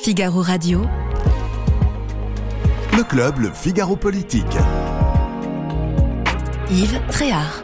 Figaro Radio. Le club, le Figaro Politique. Yves Tréhard.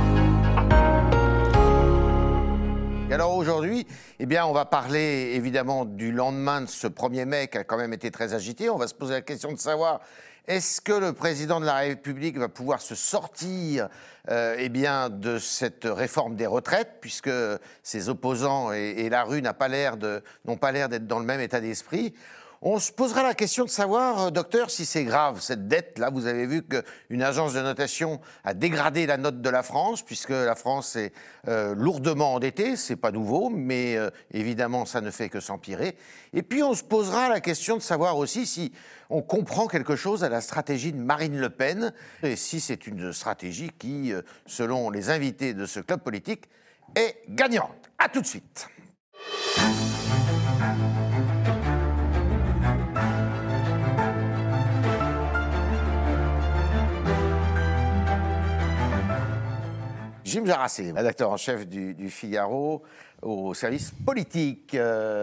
Et alors aujourd'hui, on va parler évidemment du lendemain de ce 1er mai qui a quand même été très agité. On va se poser la question de savoir, est-ce que le président de la République va pouvoir se sortir de cette réforme des retraites, puisque ses opposants et la rue n'ont pas l'air d'être dans le même état d'esprit. On se posera la question de savoir, docteur, si c'est grave, cette dette. Là, vous avez vu qu'une agence de notation a dégradé la note de la France, puisque la France est lourdement endettée. C'est pas nouveau, mais évidemment, ça ne fait que s'empirer. Et puis, on se posera la question de savoir aussi si on comprend quelque chose à la stratégie de Marine Le Pen, et si c'est une stratégie qui, selon les invités de ce club politique, est gagnante. À tout de suite. Jim Jarassé, rédacteur en chef du Figaro au service politique.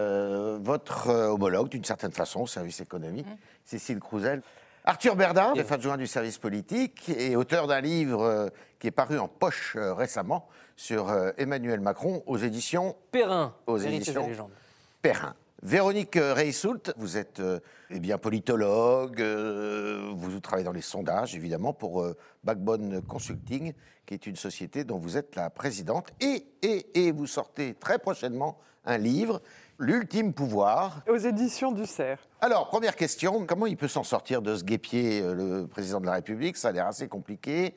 Votre homologue, d'une certaine façon, au service économie, Cécile Crouzel. Arthur Berdin, chef adjoint du service politique et auteur d'un livre qui est paru en poche récemment sur Emmanuel Macron aux éditions Perrin. Aux éditions Perrin. Véronique Reissoult, vous êtes politologue, vous travaillez dans les sondages, évidemment, pour Backbone Consulting, qui est une société dont vous êtes la présidente, et vous sortez très prochainement un livre, L'ultime pouvoir. Aux éditions du Cerf. Alors, première question, comment il peut s'en sortir de ce guêpier, le président de la République? Ça a l'air assez compliqué.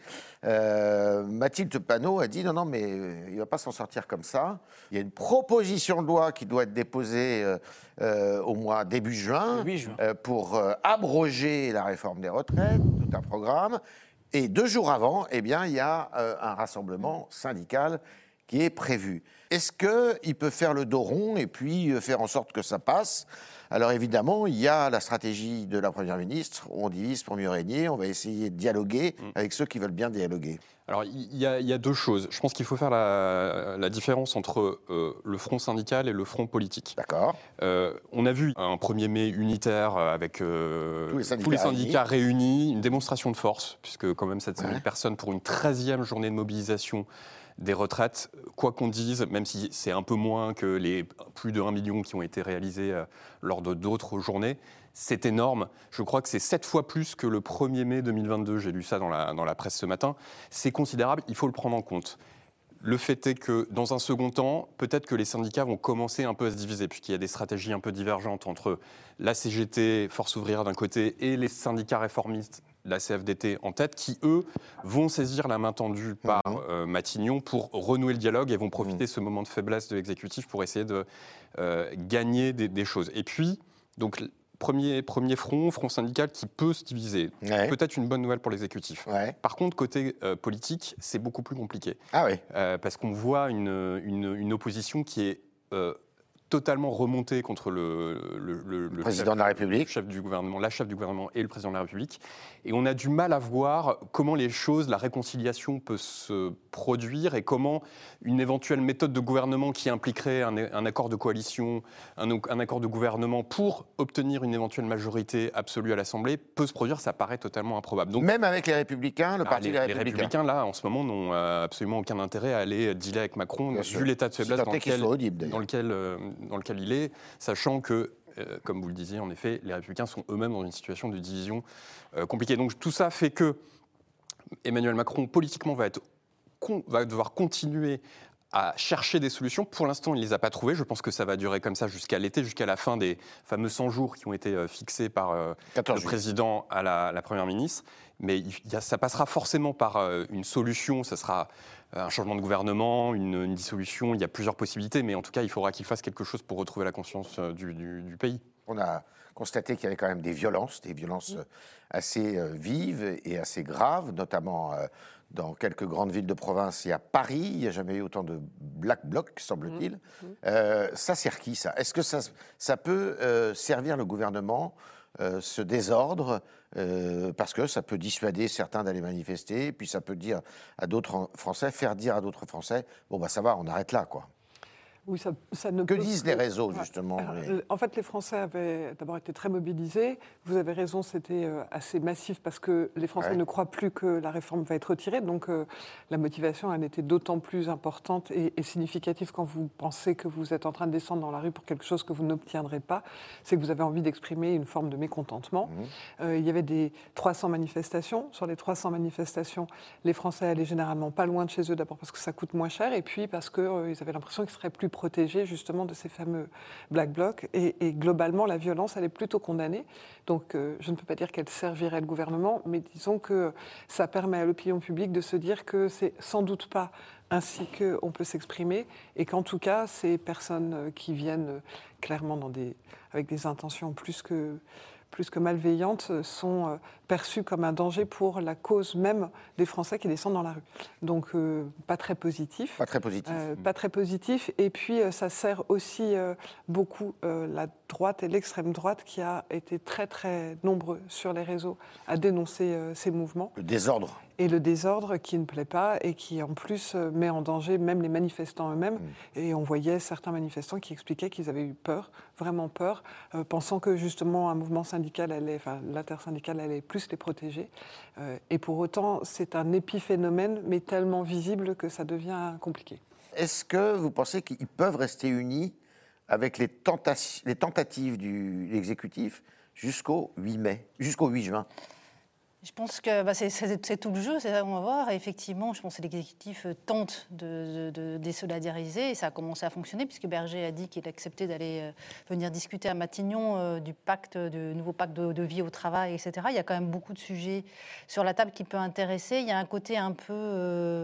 Mathilde Panot a dit non, mais il ne va pas s'en sortir comme ça. Il y a une proposition de loi qui doit être déposée au mois début juin, pour abroger la réforme des retraites, tout un programme. Et 2 jours avant, il y a un rassemblement syndical qui est prévu. Est-ce qu'il peut faire le dos rond et puis faire en sorte que ça passe? Alors évidemment, il y a la stratégie de la Première ministre, on divise pour mieux régner, on va essayer de dialoguer avec ceux qui veulent bien dialoguer. Alors il y a 2 choses. Je pense qu'il faut faire la différence entre le front syndical et le front politique. D'accord. On a vu un 1er mai unitaire avec tous les syndicats réunis, une démonstration de force, puisque quand même 700 000 personnes pour une 13e journée de mobilisation des retraites, quoi qu'on dise, même si c'est un peu moins que les plus de 1 million qui ont été réalisés lors d'autres journées, c'est énorme. Je crois que c'est 7 fois plus que le 1er mai 2022. J'ai lu ça dans la presse ce matin. C'est considérable, il faut le prendre en compte. Le fait est que, dans un second temps, peut-être que les syndicats vont commencer un peu à se diviser, puisqu'il y a des stratégies un peu divergentes entre la CGT, Force ouvrière d'un côté, et les syndicats réformistes, la CFDT en tête, qui, eux, vont saisir la main tendue par Matignon pour renouer le dialogue et vont profiter de ce moment de faiblesse de l'exécutif pour essayer de gagner des choses. Et puis, donc, premier front syndical qui peut se diviser. Peut-être une bonne nouvelle pour l'exécutif. Par contre, côté politique, c'est beaucoup plus compliqué. Parce qu'on voit une opposition qui est totalement remontée contre le président de la République, la chef du gouvernement et le président de la République. Et on a du mal à voir comment la réconciliation peut se produire et comment une éventuelle méthode de gouvernement qui impliquerait un accord de coalition, un accord de gouvernement pour obtenir une éventuelle majorité absolue à l'Assemblée peut se produire. Ça paraît totalement improbable. Donc, même avec les Républicains, le parti des Républicains. Les Républicains, là, en ce moment, n'ont absolument aucun intérêt à aller dealer avec Macron, vu l'état de faiblesse dans lequel il est, sachant que, comme vous le disiez, en effet, les Républicains sont eux-mêmes dans une situation de division compliquée. Donc tout ça fait que Emmanuel Macron, politiquement, va devoir continuer à chercher des solutions. Pour l'instant, il ne les a pas trouvées. Je pense que ça va durer comme ça jusqu'à l'été, jusqu'à la fin des fameux 100 jours qui ont été fixés par le président à la Première ministre. Mais ça passera forcément par une solution, ça sera un changement de gouvernement, une dissolution, il y a plusieurs possibilités, mais en tout cas, il faudra qu'il fasse quelque chose pour retrouver la conscience du pays. On a constaté qu'il y avait quand même des violences assez vives et assez graves, notamment dans quelques grandes villes de province et à Paris. Il n'y a jamais eu autant de Black Bloc, semble-t-il. Ça sert qui, ça? Est-ce que ça peut servir le gouvernement, ce désordre, parce que ça peut dissuader certains d'aller manifester, puis ça peut dire à d'autres Français, faire dire à d'autres Français, bon ça va, on arrête là, quoi. Oui, ça ne que disent les réseaux, justement? En fait, les Français avaient d'abord été très mobilisés. Vous avez raison, c'était assez massif parce que les Français ne croient plus que la réforme va être retirée. Donc, la motivation, elle était d'autant plus importante et significative quand vous pensez que vous êtes en train de descendre dans la rue pour quelque chose que vous n'obtiendrez pas. C'est que vous avez envie d'exprimer une forme de mécontentement. Il y avait des 300 manifestations. Sur les 300 manifestations, les Français allaient généralement pas loin de chez eux, d'abord parce que ça coûte moins cher et puis parce qu'ils avaient l'impression qu'ils seraient plus protégés justement de ces fameux Black Blocs. Et globalement, la violence, elle est plutôt condamnée. Donc, je ne peux pas dire qu'elle servirait le gouvernement, mais disons que ça permet à l'opinion publique de se dire que c'est sans doute pas ainsi qu'on peut s'exprimer et qu'en tout cas, ces personnes qui viennent clairement avec des intentions plus que malveillantes sont perçues comme un danger pour la cause même des Français qui descendent dans la rue. Donc, pas très positif. Pas très positif. Pas très positif. Et puis, ça sert aussi beaucoup la droite et l'extrême droite qui a été très, très nombreux sur les réseaux à dénoncer ces mouvements. Le désordre. Et le désordre qui ne plaît pas et qui, en plus, met en danger même les manifestants eux-mêmes. Et on voyait certains manifestants qui expliquaient qu'ils avaient eu peur, vraiment peur, pensant que, justement, un mouvement syndical l'intersyndicale allait plus les protéger. Et pour autant, c'est un épiphénomène, mais tellement visible que ça devient compliqué. Est-ce que vous pensez qu'ils peuvent rester unis avec les tentatives de l'exécutif jusqu'au 8 juin? Je pense que c'est tout le jeu, c'est ça qu'on va voir. Et effectivement, je pense que l'exécutif tente de désolidariser et ça a commencé à fonctionner puisque Berger a dit qu'il acceptait d'aller venir discuter à Matignon du nouveau pacte de vie au travail, etc. Il y a quand même beaucoup de sujets sur la table qui peuvent intéresser. Il y a un côté un peu...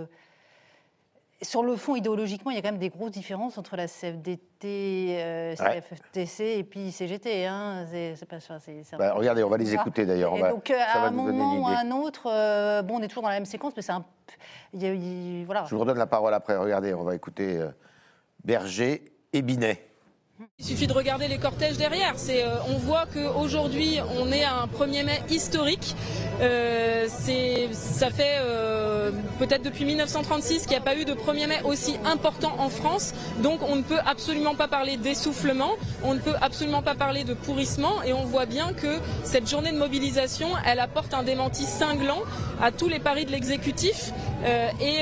Sur le fond, idéologiquement, il y a quand même des grosses différences entre la CFDT, CFTC et puis CGT. Hein. Regardez, on va les écouter d'ailleurs. Donc, à un moment ou à un autre, on est toujours dans la même séquence, mais c'est un... voilà. Je vous redonne la parole après. Regardez, on va écouter Berger et Binet. Il suffit de regarder les cortèges derrière. On voit qu'aujourd'hui, on est à un 1er mai historique. Ça fait peut-être depuis 1936 qu'il n'y a pas eu de 1er mai aussi important en France. Donc on ne peut absolument pas parler d'essoufflement, on ne peut absolument pas parler de pourrissement. Et on voit bien que cette journée de mobilisation, elle apporte un démenti cinglant à tous les paris de l'exécutif et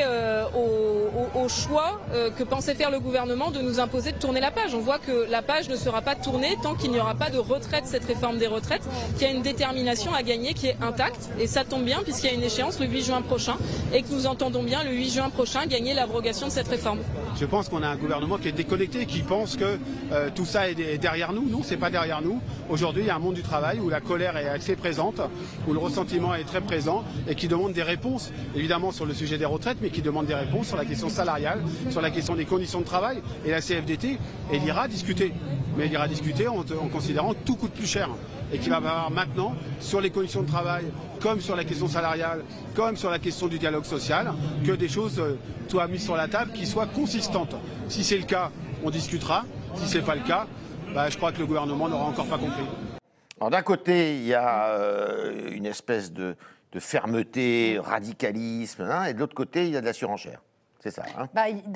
au choix que pensait faire le gouvernement de nous imposer de tourner la page. On voit que la page ne sera pas tournée tant qu'il n'y aura pas de retrait de cette réforme des retraites, qui a une détermination à gagner qui est intacte. Et ça tombe bien puisqu'il y a une échéance le 8 juin prochain et que nous entendons bien le 8 juin prochain gagner l'abrogation de cette réforme. Je pense qu'on a un gouvernement qui est déconnecté, qui pense que tout ça est derrière nous. Non, c'est pas derrière nous. Aujourd'hui, il y a un monde du travail où la colère est assez présente, où le ressentiment est très présent et qui demande des réponses, évidemment sur le sujet des retraites, mais qui demande des réponses sur la question salariale, sur la question des conditions de travail. Et la CFDT, elle ira discuter. Mais elle ira discuter en considérant que tout coûte plus cher. Et qu'il va y avoir maintenant, sur les conditions de travail, comme sur la question salariale, comme sur la question du dialogue social, que des choses soient mises sur la table qui soient consistantes. Si c'est le cas, on discutera. Si ce n'est pas le cas, je crois que le gouvernement n'aura encore pas compris. Alors d'un côté, il y a une espèce de fermeté, radicalisme, et de l'autre côté, il y a de la surenchère. C'est ça, hein?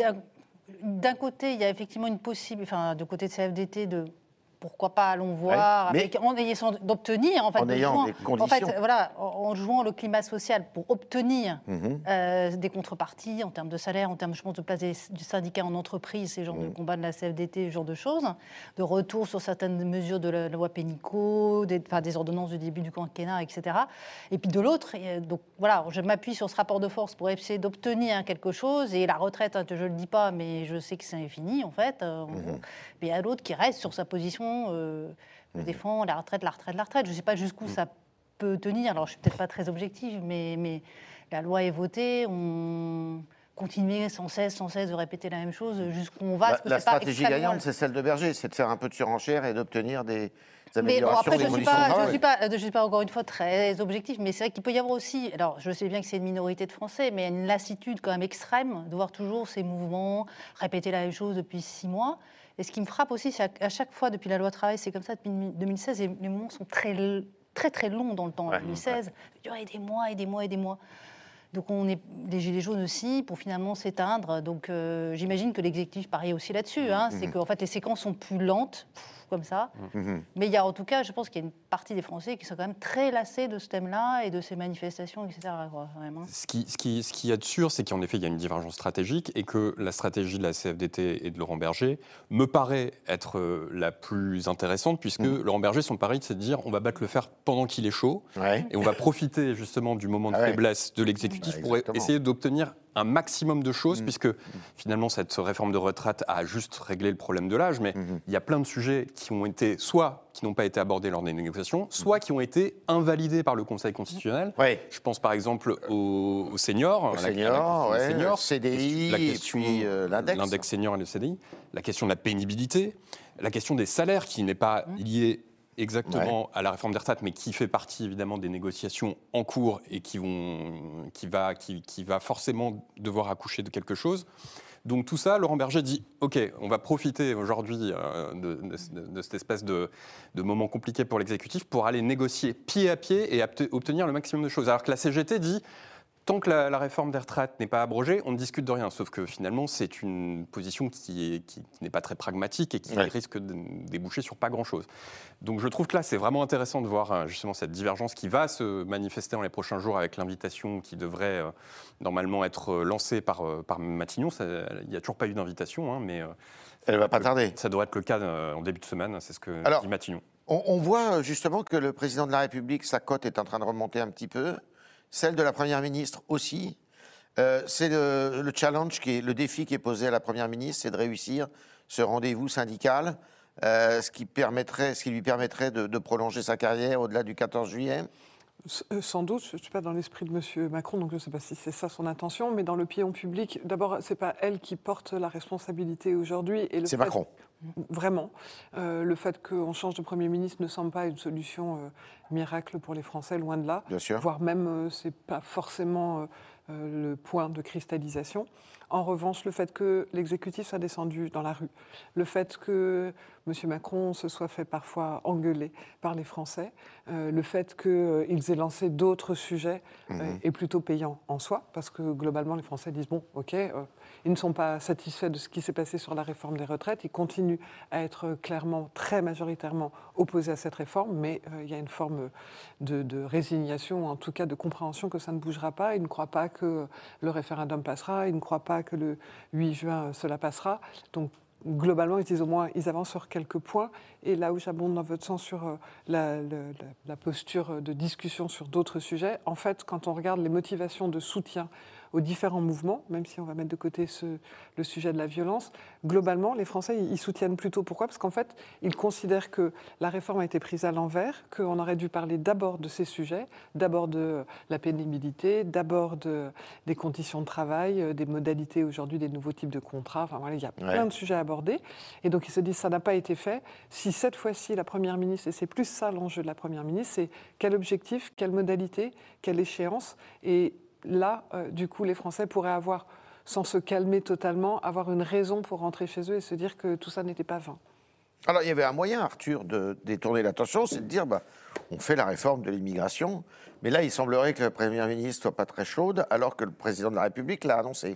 D'un côté, il y a effectivement une possibilité, du côté de CFDT, de pourquoi pas allons voir, en essayant d'obtenir, en ayant des conditions. En jouant le climat social pour obtenir des contreparties en termes de salaire, en termes, je pense, de place du syndicat en entreprise, ces genres de combat de la CFDT, ce genre de choses, de retour sur certaines mesures de la loi Pénicaud, des ordonnances du début du quinquennat, etc. Et puis de l'autre, donc voilà, je m'appuie sur ce rapport de force pour essayer d'obtenir quelque chose, et la retraite, je ne le dis pas, mais je sais que c'est fini, en fait. Mais il y a l'autre qui reste sur sa position, défend la retraite. Je ne sais pas jusqu'où ça peut tenir. Alors, je ne suis peut-être pas très objective, mais la loi est votée. On continue sans cesse de répéter la même chose jusqu'où on va. La stratégie gagnante, c'est celle de Berger, c'est de faire un peu de surenchère et d'obtenir des améliorations des conditions de travail. Je ne suis pas encore une fois très objective, mais c'est vrai qu'il peut y avoir aussi, alors je sais bien que c'est une minorité de Français, mais il y a une lassitude quand même extrême de voir toujours ces mouvements répéter la même chose depuis 6 mois. Et ce qui me frappe aussi, c'est qu'à chaque fois, depuis la loi travail, c'est comme ça depuis 2016, et les mouvements sont très, très, très longs dans le temps. En 2016, ça durait des mois et des mois et des mois. Donc les gilets jaunes aussi, pour finalement s'éteindre. Donc j'imagine que l'exécutif parie aussi là-dessus. Hein. C'est qu'en fait les séquences sont plus lentes, comme ça. Mais il y a en tout cas, je pense qu'il y a une partie des Français qui sont quand même très lassés de ce thème-là et de ces manifestations, etc. Vraiment. Ce qui y a de sûr, c'est qu'en effet, il y a une divergence stratégique et que la stratégie de la CFDT et de Laurent Berger me paraît être la plus intéressante, puisque Laurent Berger, son pari, c'est de dire on va battre le fer pendant qu'il est chaud et on va profiter justement du moment de faiblesse de l'exécutif pour essayer d'obtenir un maximum de choses, puisque finalement cette réforme de retraite a juste réglé le problème de l'âge, mais il y a plein de sujets qui ont été soit qui n'ont pas été abordés lors des négociations, soit qui ont été invalidés par le Conseil constitutionnel. Je pense par exemple aux seniors, CDI, la question, et puis l'index senior et le CDI, la question de la pénibilité, la question des salaires qui n'est pas liée exactement à la réforme des retraites, mais qui fait partie évidemment des négociations en cours et qui va forcément devoir accoucher de quelque chose. Donc tout ça, Laurent Berger dit « Ok, on va profiter aujourd'hui de cette espèce de moment compliqué pour l'exécutif pour aller négocier pied à pied et obtenir le maximum de choses. » Alors que la CGT dit « Tant que la réforme des retraites n'est pas abrogée, on ne discute de rien. » Sauf que finalement, c'est une position qui n'est pas très pragmatique et qui risque de déboucher sur pas grand-chose. Donc je trouve que là, c'est vraiment intéressant de voir justement cette divergence qui va se manifester dans les prochains jours avec l'invitation qui devrait normalement être lancée par Matignon. Il n'y a toujours pas eu d'invitation, hein, mais elle ne va pas tarder. Ça devrait être le cas en début de semaine, c'est ce que dit Matignon. On voit justement que le président de la République, sa cote est en train de remonter un petit peu. Celle de la Première ministre aussi. C'est le challenge, le défi qui est posé à la Première ministre, c'est de réussir ce rendez-vous syndical, ce qui lui permettrait de prolonger sa carrière au-delà du 14 juillet. Sans doute, je ne suis pas dans l'esprit de M. Macron, donc je ne sais pas si c'est ça son intention, mais dans l'opinion publique, d'abord, ce n'est pas elle qui porte la responsabilité aujourd'hui. C'est Macron. Vraiment. Le fait qu'on change de Premier ministre ne semble pas une solution miracle pour les Français, loin de là. Bien sûr. Voire même, ce n'est pas forcément le point de cristallisation. En revanche, le fait que l'exécutif soit descendu dans la rue, le fait que M. Macron se soit fait parfois engueuler par les Français, le fait qu'ils aient lancé d'autres sujets est plutôt payant en soi, parce que globalement, les Français disent, bon, ok, ils ne sont pas satisfaits de ce qui s'est passé sur la réforme des retraites, ils continuent à être clairement, très majoritairement opposés à cette réforme, mais il y a une forme de résignation, ou en tout cas de compréhension que ça ne bougera pas. Ils ne croient pas que le référendum passera, ils ne croient pas que le 8 juin cela passera. Donc globalement, ils disent au moins, ils avancent sur quelques points. Et là où j'abonde dans votre sens sur la posture de discussion sur d'autres sujets, en fait, quand on regarde les motivations de soutien aux différents mouvements, même si on va mettre de côté le sujet de la violence, globalement, les Français, ils soutiennent plutôt. Pourquoi ? Parce qu'en fait, ils considèrent que la réforme a été prise à l'envers, qu'on aurait dû parler d'abord de ces sujets, d'abord de la pénibilité, d'abord des conditions de travail, des modalités aujourd'hui, des nouveaux types de contrats. Enfin voilà, il y a plein de sujets à aborder. Et donc, ils se disent, ça n'a pas été fait. Si cette fois-ci, la Première ministre, et c'est plus ça l'enjeu de la Première ministre, c'est quel objectif, quelle modalité, quelle échéance. Et là, du coup, les Français pourraient avoir, sans se calmer totalement, avoir une raison pour rentrer chez eux et se dire que tout ça n'était pas vain. Alors, il y avait un moyen, Arthur, de détourner l'attention, c'est de dire, on fait la réforme de l'immigration, mais là, il semblerait que la Première ministre ne soit pas très chaude, alors que le Président de la République l'a annoncé.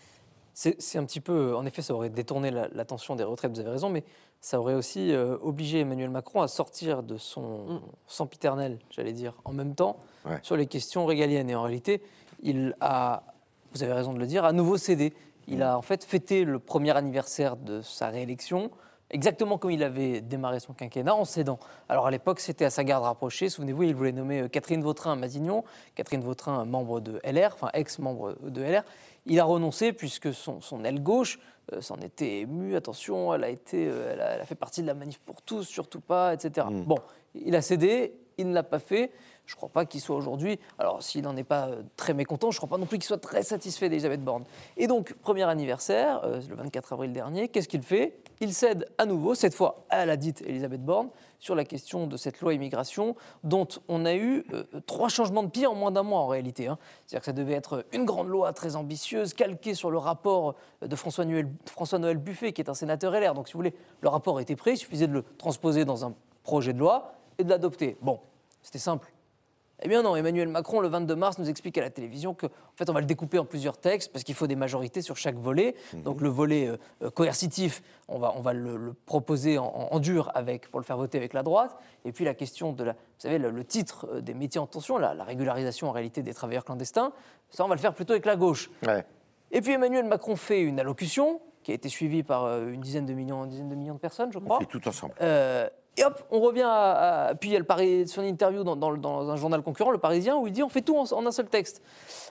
C'est un petit peu, en effet, ça aurait détourné l'attention des retraites, vous avez raison, mais ça aurait aussi obligé Emmanuel Macron à sortir de son sempiternel, j'allais dire, en même temps, sur les questions régaliennes. Et en réalité, il a, vous avez raison de le dire, à nouveau cédé. Il a en fait fêté le premier anniversaire de sa réélection, exactement comme il avait démarré son quinquennat, en cédant. Alors à l'époque, c'était à sa garde rapprochée. Souvenez-vous, il voulait nommer Catherine Vautrin à Matignon. Catherine Vautrin, membre de LR, enfin ex-membre de LR. Il a renoncé puisque son aile gauche s'en était émue. Attention, elle a fait partie de la manif pour tous, surtout pas, etc. Bon, il a cédé, il ne l'a pas fait. Je ne crois pas qu'il soit aujourd'hui, alors s'il n'en est pas très mécontent, je ne crois pas non plus qu'il soit très satisfait d'Elisabeth Borne. Et donc, premier anniversaire, le 24 avril dernier, qu'est-ce qu'il fait ? Il cède à nouveau, cette fois à la dite Elisabeth Borne, sur la question de cette loi immigration, dont on a eu 3 changements de pied en moins d'un mois en réalité. C'est-à-dire que ça devait être une grande loi très ambitieuse, calquée sur le rapport de François-Noël Buffet, qui est un sénateur LR. Donc si vous voulez, le rapport était prêt, il suffisait de le transposer dans un projet de loi et de l'adopter. Bon, c'était simple. Eh bien non, Emmanuel Macron, le 22 mars, nous explique à la télévision qu'en fait, on va le découper en plusieurs textes parce qu'il faut des majorités sur chaque volet. Donc le volet coercitif, on va le proposer en dur pour le faire voter avec la droite. Et puis la question de vous savez, le titre des métiers en tension, la régularisation en réalité des travailleurs clandestins, ça, on va le faire plutôt avec la gauche. Ouais. Et puis Emmanuel Macron fait une allocution qui a été suivie par une dizaine de millions de personnes, je crois. On fait tout ensemble. Et hop, on revient puis elle paraît son interview dans un journal concurrent, Le Parisien, où il dit on fait tout en un seul texte.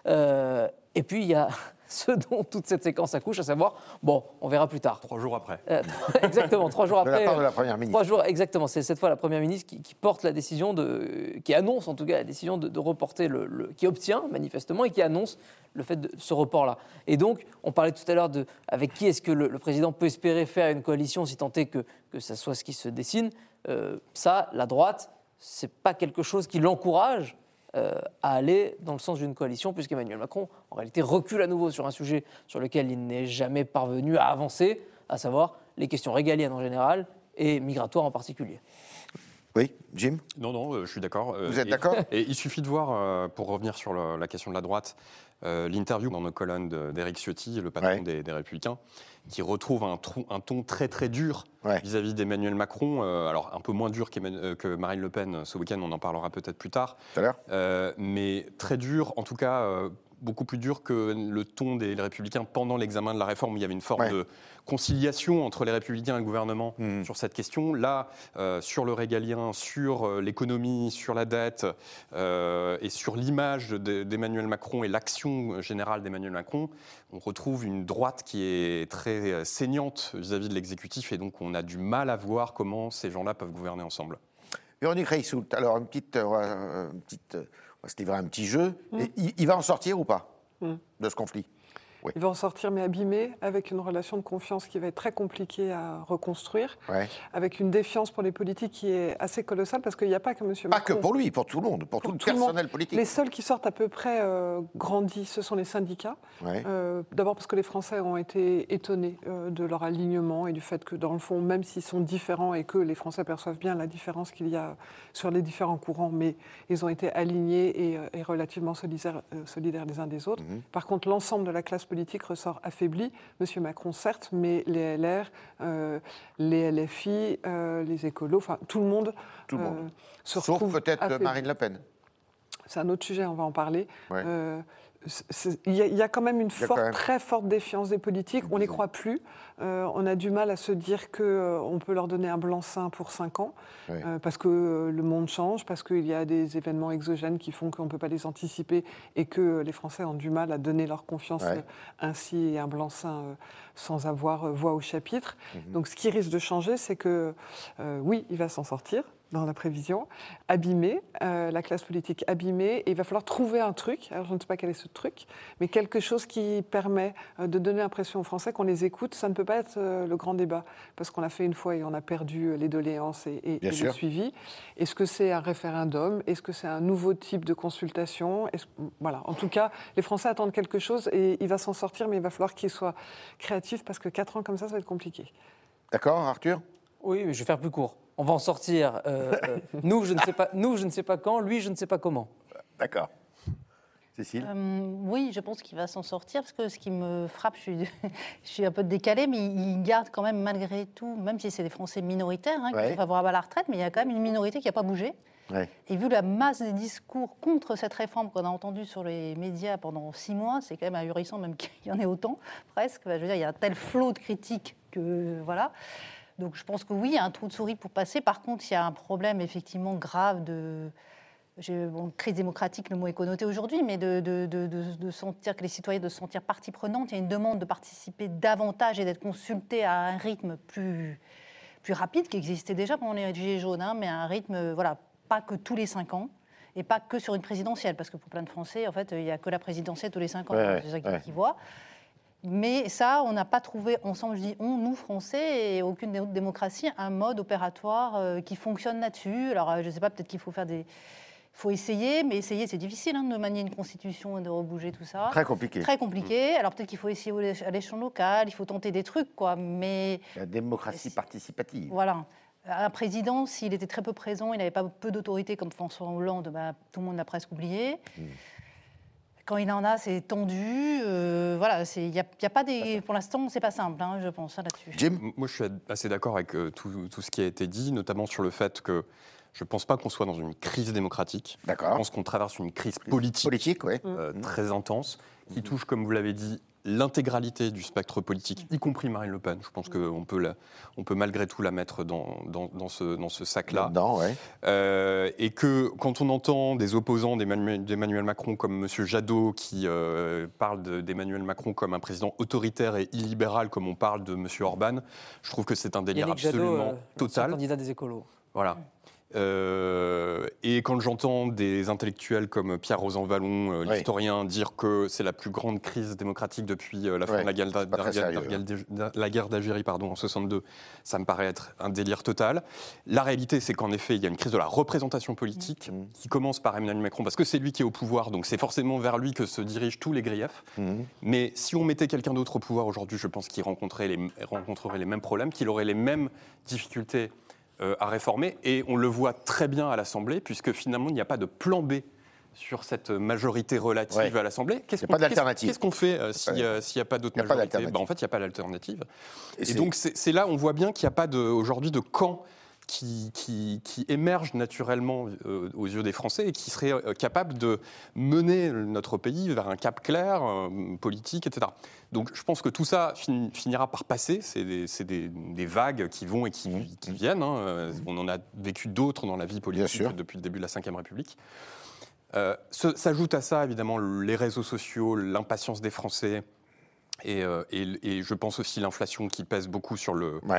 Et puis il y a ce dont toute cette séquence accouche, à savoir, bon, on verra plus tard. 3 jours après. Exactement, 3 jours après. De la part de la Première ministre. 3 jours, exactement. C'est cette fois la Première ministre qui porte la décision, qui annonce en tout cas la décision de reporter, qui obtient manifestement et qui annonce le fait de ce report-là. Et donc, on parlait tout à l'heure avec qui est-ce que le président peut espérer faire une coalition si tant est que ça soit ce qui se dessine. Ça, la droite, c'est pas quelque chose qui l'encourage à aller dans le sens d'une coalition, puisqu'Emmanuel Macron, en réalité, recule à nouveau sur un sujet sur lequel il n'est jamais parvenu à avancer, à savoir les questions régaliennes en général et migratoires en particulier. Oui, Jim ? Non, je suis d'accord. Vous êtes d'accord ? Et il suffit de voir, pour revenir sur la question de la droite, l'interview dans nos colonnes d'Éric Ciotti, le patron des Républicains, qui retrouve un ton très très dur vis-à-vis d'Emmanuel Macron, alors un peu moins dur que Marine Le Pen ce week-end, on en parlera peut-être plus tard, tout à l'heure. Mais très dur, en tout cas beaucoup plus dur que le ton des Républicains pendant l'examen de la réforme, où il y avait une forme de conciliation entre les Républicains et le gouvernement sur cette question. Là, sur le régalien, sur l'économie, sur la dette et sur l'image d'Emmanuel Macron et l'action générale d'Emmanuel Macron, on retrouve une droite qui est très saignante vis-à-vis de l'exécutif, et donc on a du mal à voir comment ces gens-là peuvent gouverner ensemble. Véronique Reissoult, alors on va se livrer à un petit jeu. Et il va en sortir ou pas de ce conflit ? Oui. Il va en sortir, mais abîmé, avec une relation de confiance qui va être très compliquée à reconstruire, avec une défiance pour les politiques qui est assez colossale, parce qu'il n'y a pas que M. Macron. Pas que pour lui, pour tout le monde, pour tout le personnel politique. Les seuls qui sortent à peu près grandis, ce sont les syndicats. D'abord parce que les Français ont été étonnés de leur alignement et du fait que, dans le fond, même s'ils sont différents et que les Français perçoivent bien la différence qu'il y a sur les différents courants, mais ils ont été alignés et relativement solidaires les uns des autres. Par contre, l'ensemble de la classe politique ressort affaibli. Monsieur Macron, certes, mais les LR, les LFI, les écolos, enfin tout le monde se retrouve sauf peut-être affaibli. Marine Le Pen. C'est un autre sujet, on va en parler. Il y a quand même une très forte défiance des politiques. On n'y croit plus. On a du mal à se dire qu'on peut leur donner un blanc-seing pour 5 ans, parce que le monde change, parce qu'il y a des événements exogènes qui font qu'on ne peut pas les anticiper et que les Français ont du mal à donner leur confiance ainsi et un blanc-seing sans avoir voix au chapitre. Donc ce qui risque de changer, c'est que, oui, il va s'en sortir, dans la prévision, abîmé, la classe politique abîmée, et il va falloir trouver un truc, alors je ne sais pas quel est ce truc, mais quelque chose qui permet de donner l'impression aux Français qu'on les écoute. Ça ne peut pas être le grand débat, parce qu'on l'a fait une fois et on a perdu les doléances et le suivi. Est-ce que c'est un référendum ? Est-ce que c'est un nouveau type de consultation ? Voilà. En tout cas, les Français attendent quelque chose et il va s'en sortir, mais il va falloir qu'il soit créatif, parce que 4 ans comme ça va être compliqué. D'accord, Arthur ? Oui, mais je vais faire plus court. On va en sortir. Nous, je ne sais pas quand. Lui, je ne sais pas comment. D'accord. Cécile ? Oui, je pense qu'il va s'en sortir, parce que ce qui me frappe, je suis un peu décalée, mais il garde quand même malgré tout, même si c'est des Français minoritaires qui sont favorables à la retraite, mais il y a quand même une minorité qui n'a pas bougé. Et vu la masse des discours contre cette réforme qu'on a entendue sur les médias pendant 6 mois, c'est quand même ahurissant, même qu'il y en ait autant, presque. Je veux dire, il y a un tel flot de critiques que voilà. Donc je pense que oui, il y a un trou de souris pour passer. Par contre, il y a un problème effectivement grave de crise démocratique, le mot est connoté aujourd'hui, mais de sentir que les citoyens de se sentir partie prenante. Il y a une demande de participer davantage et d'être consultés à un rythme plus rapide, qui existait déjà pendant les Gilets jaunes, mais à un rythme, pas que tous les 5 ans. Et pas que sur une présidentielle, parce que pour plein de Français, en fait, il n'y a que la présidentielle tous les 5 ans. C'est ça qu'ils voient. Mais ça, on n'a pas trouvé ensemble, je dis on, nous Français, et aucune autre démocratie, un mode opératoire qui fonctionne là-dessus. Alors, je ne sais pas, peut-être qu'il faut faut essayer, mais essayer, c'est difficile de manier une constitution et de rebouger tout ça. Très compliqué. Très compliqué. Alors, peut-être qu'il faut essayer à l'échelon local, il faut tenter des trucs, mais... La démocratie participative. Voilà. Un président, s'il était très peu présent, il n'avait pas peu d'autorité comme François Hollande, tout le monde l'a presque oublié. Quand il en a, c'est tendu. Voilà, il y a pas des. Pour l'instant, c'est pas simple, je pense, là-dessus. Jim ? Moi, je suis assez d'accord avec tout ce qui a été dit, notamment sur le fait que je ne pense pas qu'on soit dans une crise démocratique. D'accord. Je pense qu'on traverse une crise politique oui. très intense, qui touche, comme vous l'avez dit, l'intégralité du spectre politique, y compris Marine Le Pen. Je pense qu'on peut, malgré tout la mettre dans ce sac-là. Et que quand on entend des opposants d'Emmanuel Macron comme M. Jadot qui parle d'Emmanuel Macron comme un président autoritaire et illibéral, comme on parle de M. Orban, je trouve que c'est un délire absolument total. Candidat des écolos. Voilà. Et quand j'entends des intellectuels comme Pierre Rosanvallon, l'historien, dire que c'est la plus grande crise démocratique depuis la fin de la guerre d'Algérie en 62, ça me paraît être un délire total. La réalité, c'est qu'en effet, il y a une crise de la représentation politique qui commence par Emmanuel Macron, parce que c'est lui qui est au pouvoir, donc c'est forcément vers lui que se dirigent tous les griefs. Mais si on mettait quelqu'un d'autre au pouvoir aujourd'hui, je pense qu'il rencontrerait les mêmes problèmes, qu'il aurait les mêmes difficultés à réformer, et on le voit très bien à l'Assemblée, puisque finalement il n'y a pas de plan B sur cette majorité relative à l'Assemblée. Il n'y a pas d'alternative. Qu'est-ce qu'on fait s'il n'y a pas d'autre majorité ? En fait, il n'y a pas d'alternative. Et donc c'est là, on voit bien qu'il n'y a pas aujourd'hui de camp qui émerge naturellement aux yeux des Français et qui serait capable de mener notre pays vers un cap clair, politique, etc. Donc je pense que tout ça finira par passer. C'est des vagues qui vont et qui viennent. On en a vécu d'autres dans la vie politique depuis le début de la Ve République. S'ajoute à ça, évidemment, les réseaux sociaux, l'impatience des Français, et je pense aussi l'inflation qui pèse beaucoup sur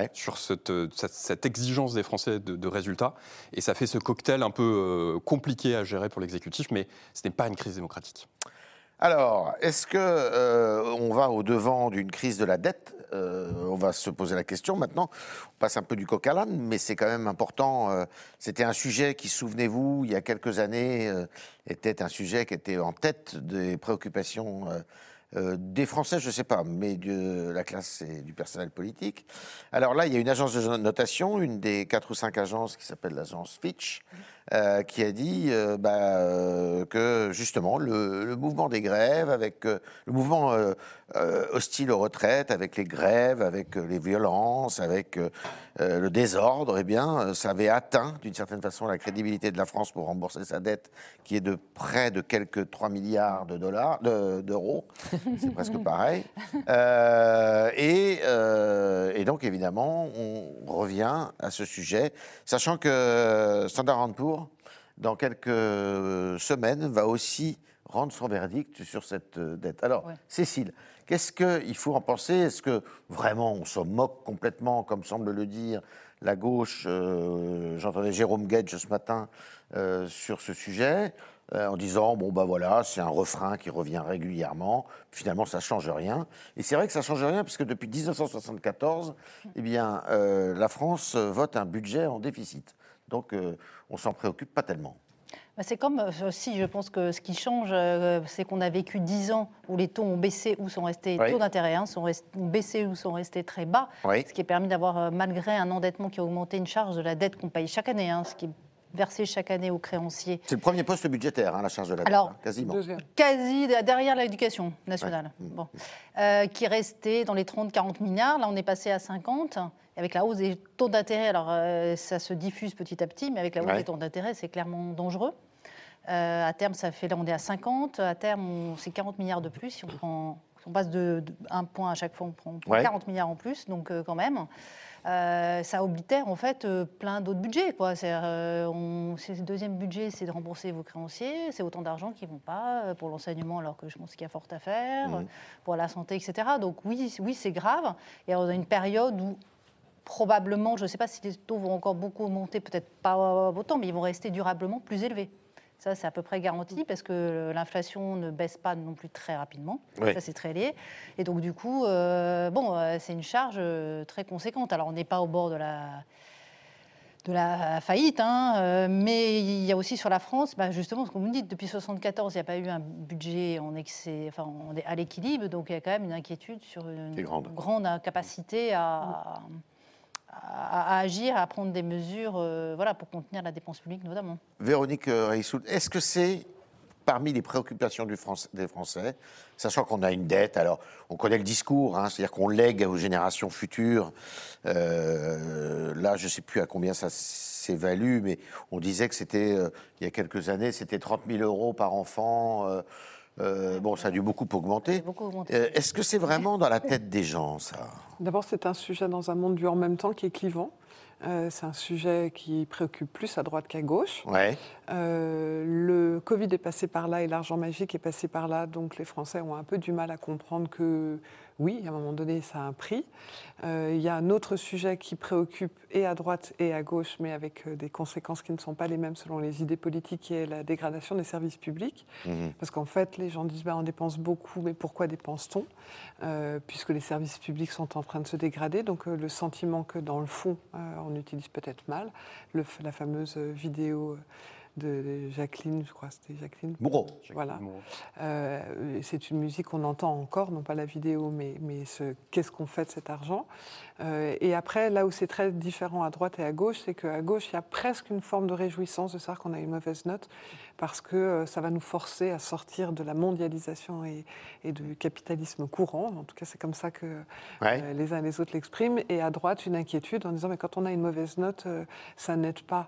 cette exigence des Français de résultats. Et ça fait ce cocktail un peu compliqué à gérer pour l'exécutif, mais ce n'est pas une crise démocratique. Alors, est-ce qu'on va au-devant d'une crise de la dette ? On va se poser la question maintenant. On passe un peu du coq à l'âne, mais c'est quand même important. C'était un sujet qui, souvenez-vous, il y a quelques années, était un sujet qui était en tête des préoccupations des Français, je ne sais pas, mais de la classe et du personnel politique. Alors là, il y a une agence de notation, une des 4 ou 5 agences qui s'appelle l'agence Fitch, qui a dit que justement le mouvement des grèves, avec le mouvement hostile aux retraites, avec les grèves, avec les violences, avec le désordre, eh bien, ça avait atteint d'une certaine façon la crédibilité de la France pour rembourser sa dette, qui est de près de quelques 3 milliards d'euros. C'est presque pareil. Et donc, évidemment, on revient à ce sujet, sachant que Standard & Poor's, dans quelques semaines, va aussi rendre son verdict sur cette dette. Alors, Cécile, qu'est-ce qu'il faut en penser ? Est-ce que vraiment on se moque complètement, comme semble le dire la gauche ? J'entendais Jérôme Guedj ce matin sur ce sujet, en disant voilà, c'est un refrain qui revient régulièrement. Finalement, ça change rien. Et c'est vrai que ça change rien, puisque depuis 1974, eh bien, la France vote un budget en déficit. Donc, on s'en préoccupe pas tellement. C'est comme aussi, je pense que ce qui change, c'est qu'on a vécu 10 ans où les taux ont baissé ou sont restés, taux d'intérêt ont baissé ou sont restés très bas, ce qui a permis d'avoir, malgré un endettement qui a augmenté, une charge de la dette qu'on paye chaque année, ce qui est versé chaque année aux créanciers. C'est le premier poste budgétaire, la charge de la dette, quasiment. Quasi derrière l'éducation nationale, qui restait dans les 30-40 milliards. Là, on est passé à 50. Avec la hausse des taux d'intérêt, alors ça se diffuse petit à petit, mais avec la hausse des taux d'intérêt, c'est clairement dangereux. À terme, là, on est à 50. À terme, c'est 40 milliards de plus. Si on passe de 1 point à chaque fois, on prend 40 milliards en plus, donc quand même. Ça oblitère en fait plein d'autres budgets. C'est le deuxième budget, c'est de rembourser vos créanciers. C'est autant d'argent qui ne vont pas pour l'enseignement, alors que je pense qu'il y a fort à faire, pour la santé, etc. Donc oui, c'est grave. Et on a une période où probablement, je ne sais pas si les taux vont encore beaucoup monter, peut-être pas autant, mais ils vont rester durablement plus élevés. Ça, c'est à peu près garanti, parce que l'inflation ne baisse pas non plus très rapidement. Ça, c'est très lié. Et donc, du coup, c'est une charge très conséquente. Alors, on n'est pas au bord de la faillite, mais il y a aussi sur la France, justement, ce que vous me dites, depuis 1974, il n'y a pas eu un budget en excès, enfin, on est à l'équilibre, donc il y a quand même une inquiétude sur une grande capacité à agir, à prendre des mesures pour contenir la dépense publique notamment. Véronique Reissoult, est-ce que c'est parmi les préoccupations des Français, sachant qu'on a une dette, alors on connaît le discours, c'est-à-dire qu'on lègue aux générations futures, là je ne sais plus à combien ça s'évalue, mais on disait que c'était, il y a quelques années, c'était 30 000 € par enfant, ça a dû beaucoup augmenter. Est-ce que c'est vraiment dans la tête des gens, ça ? D'abord, c'est un sujet dans un monde du en même temps qui est clivant. C'est un sujet qui préoccupe plus à droite qu'à gauche. Ouais. Le Covid est passé par là et l'argent magique est passé par là, donc les Français ont un peu du mal à comprendre que, oui, à un moment donné, ça a un prix. Il y a un autre sujet qui préoccupe et à droite et à gauche, mais avec des conséquences qui ne sont pas les mêmes selon les idées politiques, qui est la dégradation des services publics. Parce qu'en fait, les gens disent on dépense beaucoup, mais pourquoi dépense-t-on ? Puisque les services publics sont en train de se dégrader. Donc le sentiment que dans le fond, on utilise peut-être mal. La fameuse vidéo de Jacqueline, je crois, c'était Jacqueline Moreau. Voilà. C'est une musique qu'on entend encore, non pas la vidéo, mais qu'est-ce qu'on fait de cet argent. Et après, là où c'est très différent à droite et à gauche, c'est qu'à gauche, il y a presque une forme de réjouissance de savoir qu'on a une mauvaise note, parce que ça va nous forcer à sortir de la mondialisation et du capitalisme courant. En tout cas, c'est comme ça que les uns et les autres l'expriment. Et à droite, une inquiétude en disant, mais quand on a une mauvaise note, ça n'aide pas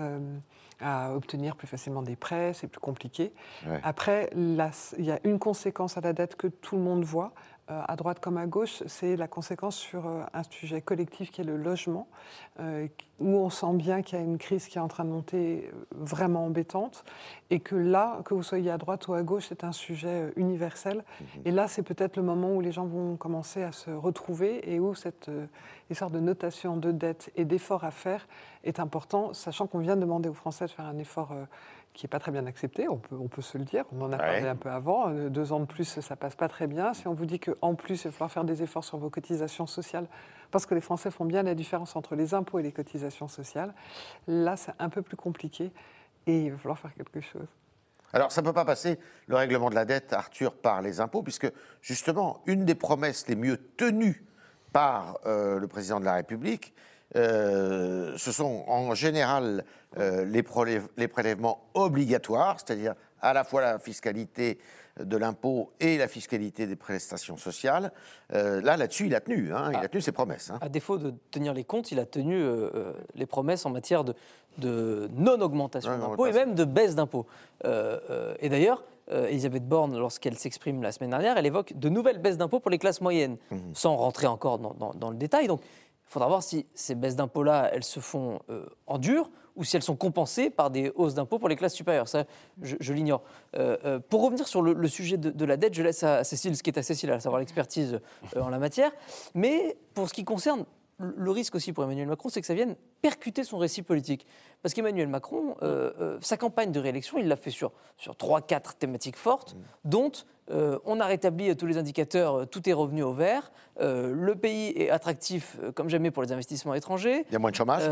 à obtenir plus facilement des prêts, c'est plus compliqué. Ouais. Après, il y a une conséquence à la dette que tout le monde voit, à droite comme à gauche, c'est la conséquence sur un sujet collectif qui est le logement, où on sent bien qu'il y a une crise qui est en train de monter vraiment embêtante, et que là, que vous soyez à droite ou à gauche, c'est un sujet universel. Et là, c'est peut-être le moment où les gens vont commencer à se retrouver et où cette histoire de notation de dette et d'effort à faire est important, sachant qu'on vient de demander aux Français de faire un effort qui n'est pas très bien accepté, on peut se le dire, on en a parlé un peu avant, 2 ans de plus, ça ne passe pas très bien. Si on vous dit qu'en plus, il va falloir faire des efforts sur vos cotisations sociales, parce que les Français font bien la différence entre les impôts et les cotisations sociales, là, c'est un peu plus compliqué et il va falloir faire quelque chose. Alors, ça ne peut pas passer, le règlement de la dette, Arthur, par les impôts, puisque, justement, une des promesses les mieux tenues par le président de la République, ce sont en général les prélèvements obligatoires, c'est-à-dire à la fois la fiscalité de l'impôt et la fiscalité des prestations sociales. Là-dessus, il a tenu, il a tenu ses promesses. À défaut de tenir les comptes, il a tenu les promesses en matière de non-augmentation d'impôts et même de baisse d'impôts. Et d'ailleurs, Elisabeth Borne, lorsqu'elle s'exprime la semaine dernière, elle évoque de nouvelles baisses d'impôts pour les classes moyennes, sans rentrer encore dans le détail. Donc, il faudra voir si ces baisses d'impôts-là, elles se font en dur ou si elles sont compensées par des hausses d'impôts pour les classes supérieures. Ça, je l'ignore. Pour revenir sur le sujet de la dette, je laisse à Cécile, ce qui est à Cécile, à savoir l'expertise en la matière. Mais pour ce qui concerne le risque aussi pour Emmanuel Macron, c'est que ça vienne percuter son récit politique. Parce qu'Emmanuel Macron, sa campagne de réélection, il l'a fait sur 3-4 thématiques fortes, dont on a rétabli tous les indicateurs, tout est revenu au vert, le pays est attractif comme jamais pour les investissements étrangers. Il y a moins de chômage.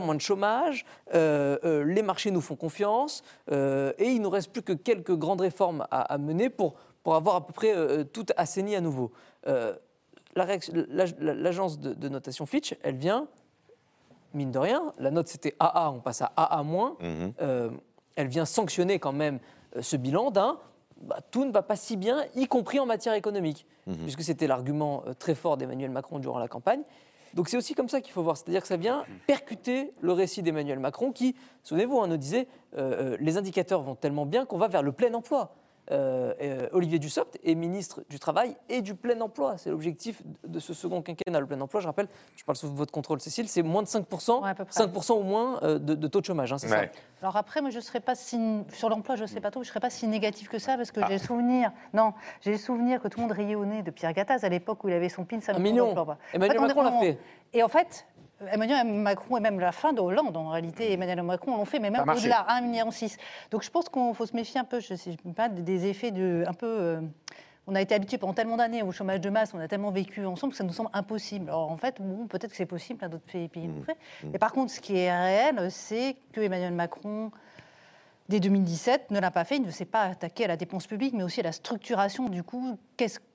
Les marchés nous font confiance, et il ne nous reste plus que quelques grandes réformes à mener pour avoir à peu près tout assaini à nouveau. L'agence de notation Fitch, elle vient, mine de rien, la note c'était AA, on passe à AA-. Elle vient sanctionner quand même ce bilan tout ne va pas si bien, y compris en matière économique, puisque c'était l'argument très fort d'Emmanuel Macron durant la campagne. Donc c'est aussi comme ça qu'il faut voir, c'est-à-dire que ça vient percuter le récit d'Emmanuel Macron qui, souvenez-vous, nous disait les indicateurs vont tellement bien qu'on va vers le plein emploi. Olivier Dussopt est ministre du Travail et du plein emploi. C'est l'objectif de ce second quinquennat, le plein emploi. Je rappelle, je parle sous votre contrôle, Cécile, c'est moins de 5%, 5% ou moins de taux de chômage. C'est ça. Alors après, moi, je ne serais pas sur l'emploi, je ne sais pas trop, je ne serais pas si négatif que ça, parce que j'ai le souvenir que tout le monde riait au nez de Pierre Gattaz à l'époque où il avait son pin. $1 million. Emmanuel Macron l'a fait. Et en fait, Emmanuel Macron et même la fin de Hollande, en réalité, Emmanuel Macron l'ont fait, mais même au-delà, 1,6 million. Donc je pense qu'il faut se méfier un peu, je sais pas, des effets on a été habitués pendant tellement d'années au chômage de masse, on a tellement vécu ensemble que ça nous semble impossible. Alors en fait, peut-être que c'est possible, d'autres pays l'ont fait. Mais par contre, ce qui est réel, c'est que Emmanuel Macron, dès 2017, ne l'a pas fait, il ne s'est pas attaqué à la dépense publique, mais aussi à la structuration. Du coup,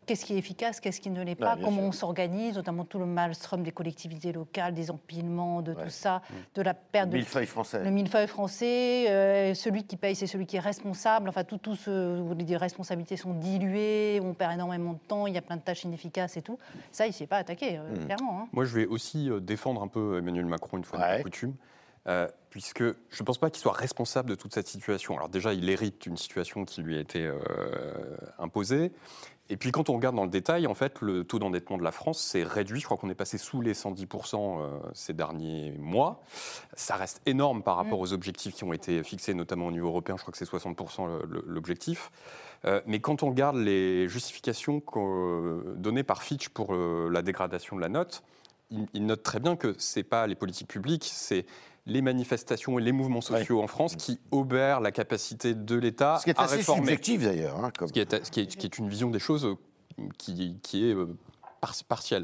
qu'est-ce qui est efficace, qu'est-ce qui ne l'est pas, comment on s'organise, notamment tout le maelstrom des collectivités locales, des empilements, de tout ça, de la perte le millefeuille français. Le millefeuille français, celui qui paye, c'est celui qui est responsable. Enfin, tout ce où les responsabilités sont diluées, on perd énormément de temps, il y a plein de tâches inefficaces et tout. Ça, il ne s'est pas attaqué, clairement. Hein. Moi, je vais aussi défendre un peu Emmanuel Macron, une fois de coutume. Puisque je ne pense pas qu'il soit responsable de toute cette situation. Alors déjà, il hérite d'une situation qui lui a été imposée. Et puis quand on regarde dans le détail, en fait, le taux d'endettement de la France s'est réduit. Je crois qu'on est passé sous les 110% ces derniers mois. Ça reste énorme par rapport aux objectifs qui ont été fixés, notamment au niveau européen. Je crois que c'est 60% l'objectif. Mais quand on regarde les justifications données par Fitch pour la dégradation de la note, il note très bien que ce n'est pas les politiques publiques, c'est les manifestations et les mouvements sociaux en France qui obèrent la capacité de l'État à réformer. Ce qui est assez subjectif d'ailleurs. Hein, ce qui est une vision des choses qui est partielle.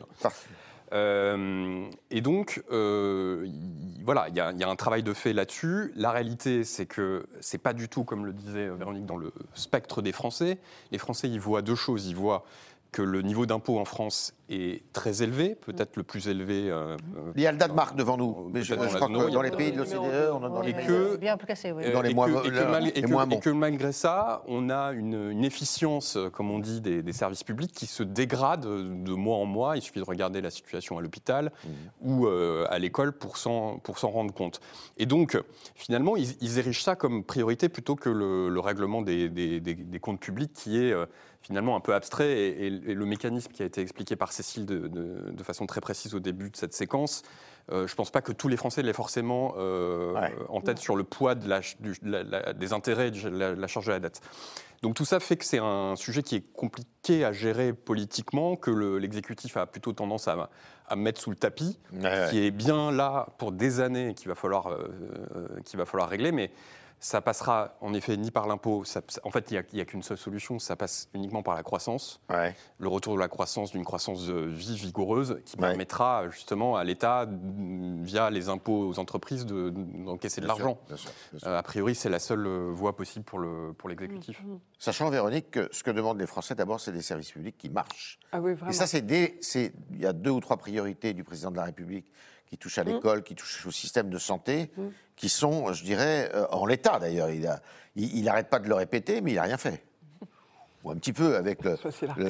Et donc, voilà, il y a un travail de fait là-dessus. La réalité, c'est que c'est pas du tout, comme le disait Véronique, dans le spectre des Français. Les Français, ils voient deux choses. Ils voient que le niveau d'impôt en France est très élevé, peut-être le plus élevé. Il y a le Danemark devant nous, mais je crois que dans les pays de l'OCDE, on en a dans les pays bien plus cassé, oui. Dans les moins bons. Et que malgré ça, on a une efficience, comme on dit, des services publics qui se dégrade de mois en mois. Il suffit de regarder la situation à l'hôpital ou à l'école pour s'en rendre compte. Et donc, finalement, ils érigent ça comme priorité plutôt que le règlement des comptes publics qui est finalement un peu abstrait, et le mécanisme qui a été expliqué par Cécile de façon très précise au début de cette séquence, je ne pense pas que tous les Français l'aient forcément en tête sur le poids des intérêts et de la charge de la dette. Donc tout ça fait que c'est un sujet qui est compliqué à gérer politiquement, que l'exécutif a plutôt tendance à mettre sous le tapis, qui est bien là pour des années et qu'il va falloir régler, mais ça passera en effet ni par l'impôt. En fait, il n'y a qu'une seule solution, ça passe uniquement par la croissance. Le retour de la croissance, d'une croissance vive, vigoureuse, qui permettra justement à l'État, via les impôts aux entreprises, d'encaisser de l'argent. A priori, c'est la seule voie possible pour l'exécutif. Sachant, Véronique, que ce que demandent les Français, d'abord, c'est des services publics qui marchent. Ah oui, vraiment. Et ça, il y a 2 ou 3 priorités du président de la République qui touchent à l'école, qui touchent au système de santé, qui sont, je dirais, en l'état d'ailleurs. Il n'arrête pas de le répéter, mais il n'a rien fait. Ou un petit peu avec le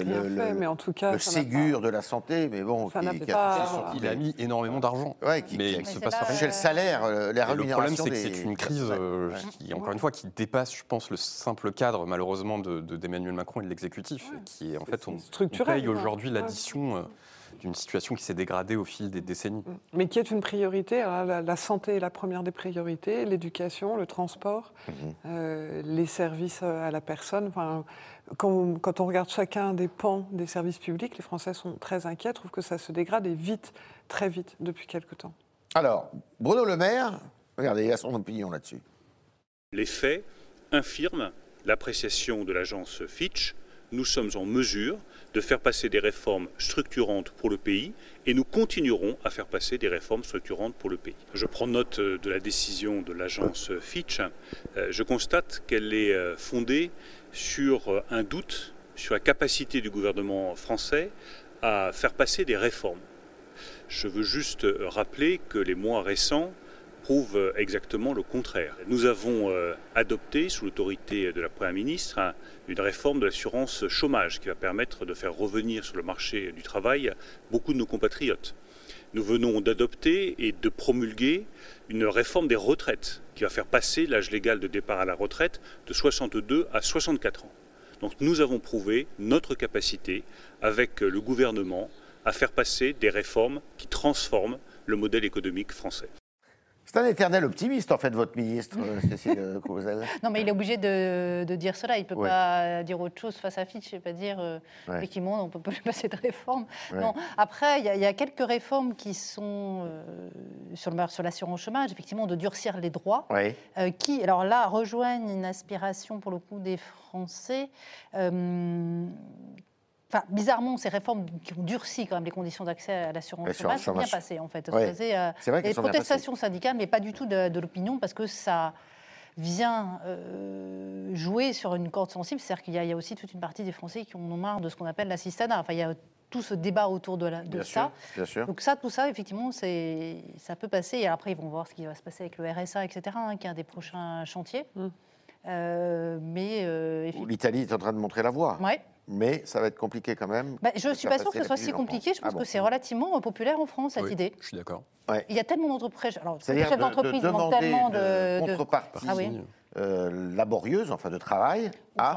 Ségur de la santé, mais bon. Il a mis énormément d'argent. Mais il ne se passe rien. Chez le salaire, les rémunérations. Le problème, c'est que c'est une crise qui, encore une fois, qui dépasse, je pense, le simple cadre, malheureusement, d'Emmanuel Macron et de l'exécutif, qui est en fait, on paye aujourd'hui l'addition d'une situation qui s'est dégradée au fil des décennies. Mais qui est une priorité. La santé est la première des priorités, l'éducation, le transport, les services à la personne. Enfin, quand on regarde chacun des pans des services publics, les Français sont très inquiets, trouvent que ça se dégrade et vite, très vite, depuis quelque temps. Alors, Bruno Le Maire, regardez, il a son opinion là-dessus. Les faits infirment l'appréciation de l'agence Fitch. Nous sommes en mesure de faire passer des réformes structurantes pour le pays et nous continuerons à faire passer des réformes structurantes pour le pays. Je prends note de la décision de l'agence Fitch. Je constate qu'elle est fondée sur un doute sur la capacité du gouvernement français à faire passer des réformes. Je veux juste rappeler que les mois récents prouvent exactement le contraire. Nous avons adopté, sous l'autorité de la Première ministre, une réforme de l'assurance chômage qui va permettre de faire revenir sur le marché du travail beaucoup de nos compatriotes. Nous venons d'adopter et de promulguer une réforme des retraites qui va faire passer l'âge légal de départ à la retraite de 62 à 64 ans. Donc nous avons prouvé notre capacité avec le gouvernement à faire passer des réformes qui transforment le modèle économique français. C'est un éternel optimiste, en fait, votre ministre, Cécile Courzel. Non, mais il est obligé de dire cela. Il ne peut pas dire autre chose face à Fitch. Il ne peut pas dire, effectivement, on ne peut pas lui passer de réformes. Non. Après, il y a quelques réformes qui sont sur l'assurance chômage, effectivement, de durcir les droits, qui, alors là, rejoignent une aspiration, pour le coup, des Français. Enfin, bizarrement, ces réformes qui ont durci quand même les conditions d'accès à l'assurance chômage sont bien passées, en fait. C'est vrai les protestations syndicales, mais pas du tout de l'opinion, parce que ça vient jouer sur une corde sensible. C'est-à-dire qu'il y a aussi toute une partie des Français qui en ont marre de ce qu'on appelle l'assistanat. Enfin, il y a tout ce débat autour de ça. Bien sûr. Donc tout ça, effectivement, ça peut passer. Et après, ils vont voir ce qui va se passer avec le RSA, etc., qui est un des prochains chantiers. L'Italie est en train de montrer la voie. Ouais. Mais ça va être compliqué quand même. Je ne suis pas sûre que ce soit si compliqué. Je pense que c'est relativement populaire en France, cette idée. Je suis d'accord. Ouais. Il y a tellement d'entreprises. Alors, les chefs d'entreprise demandent tellement de contrepartie laborieuse, enfin de travail, à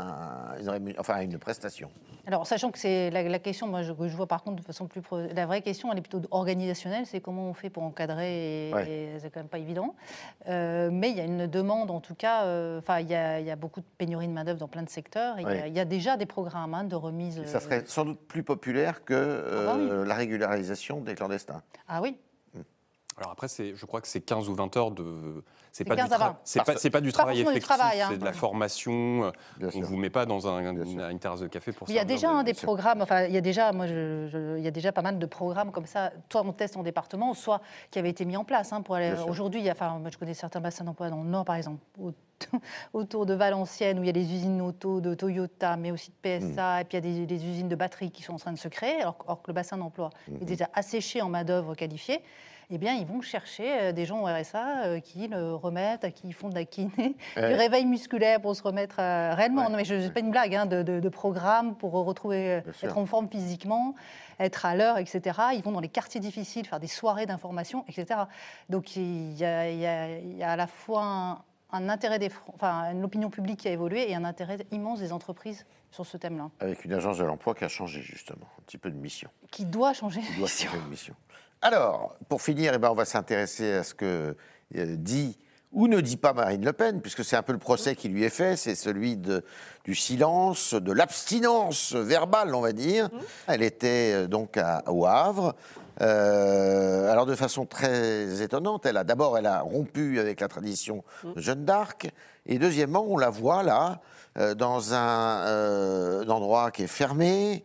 une prestation. Alors, sachant que c'est la question, moi, que je vois par contre de façon plus... La vraie question, elle est plutôt organisationnelle, c'est comment on fait pour encadrer, et c'est quand même pas évident. Mais il y a une demande, en tout cas, il y a beaucoup de pénurie de main-d'œuvre dans plein de secteurs. Il y a déjà des programmes de remise... Et ça serait sans doute plus populaire que la régularisation des clandestins. Ah oui. Alors après, je crois que c'est 15 ou 20 heures de... C'est pas du travail effectif, c'est de la formation. On ne vous met pas dans une terrasse de café pour ça. Il y a déjà des programmes, il y a déjà pas mal de programmes comme ça, soit on teste en département, soit qui avaient été mis en place. Aujourd'hui, moi je connais certains bassins d'emploi dans le Nord, par exemple, autour de Valenciennes, où il y a les usines auto de Toyota, mais aussi de PSA, et puis il y a des usines de batteries qui sont en train de se créer, alors que le bassin d'emploi est déjà asséché en main-d'œuvre qualifiée. Eh bien, ils vont chercher des gens au RSA qui le remettent, à qui ils font de la kiné, du réveil musculaire pour se remettre réellement. Non, mais ce n'est pas une blague, de programmes pour retrouver, être en forme physiquement, être à l'heure, etc. Ils vont dans les quartiers difficiles faire des soirées d'information, etc. Donc, il y a à la fois un intérêt l'opinion publique qui a évolué et un intérêt immense des entreprises sur ce thème-là. Avec une agence de l'emploi qui a changé, justement, un petit peu de mission. Qui doit changer de mission. Alors, pour finir, on va s'intéresser à ce que dit ou ne dit pas Marine Le Pen, puisque c'est un peu le procès qui lui est fait, c'est celui du silence, de l'abstinence verbale, on va dire. Elle était donc au Havre. Alors, de façon très étonnante, elle a rompu avec la tradition de Jeanne d'Arc. Et deuxièmement, on la voit là, dans un endroit qui est fermé,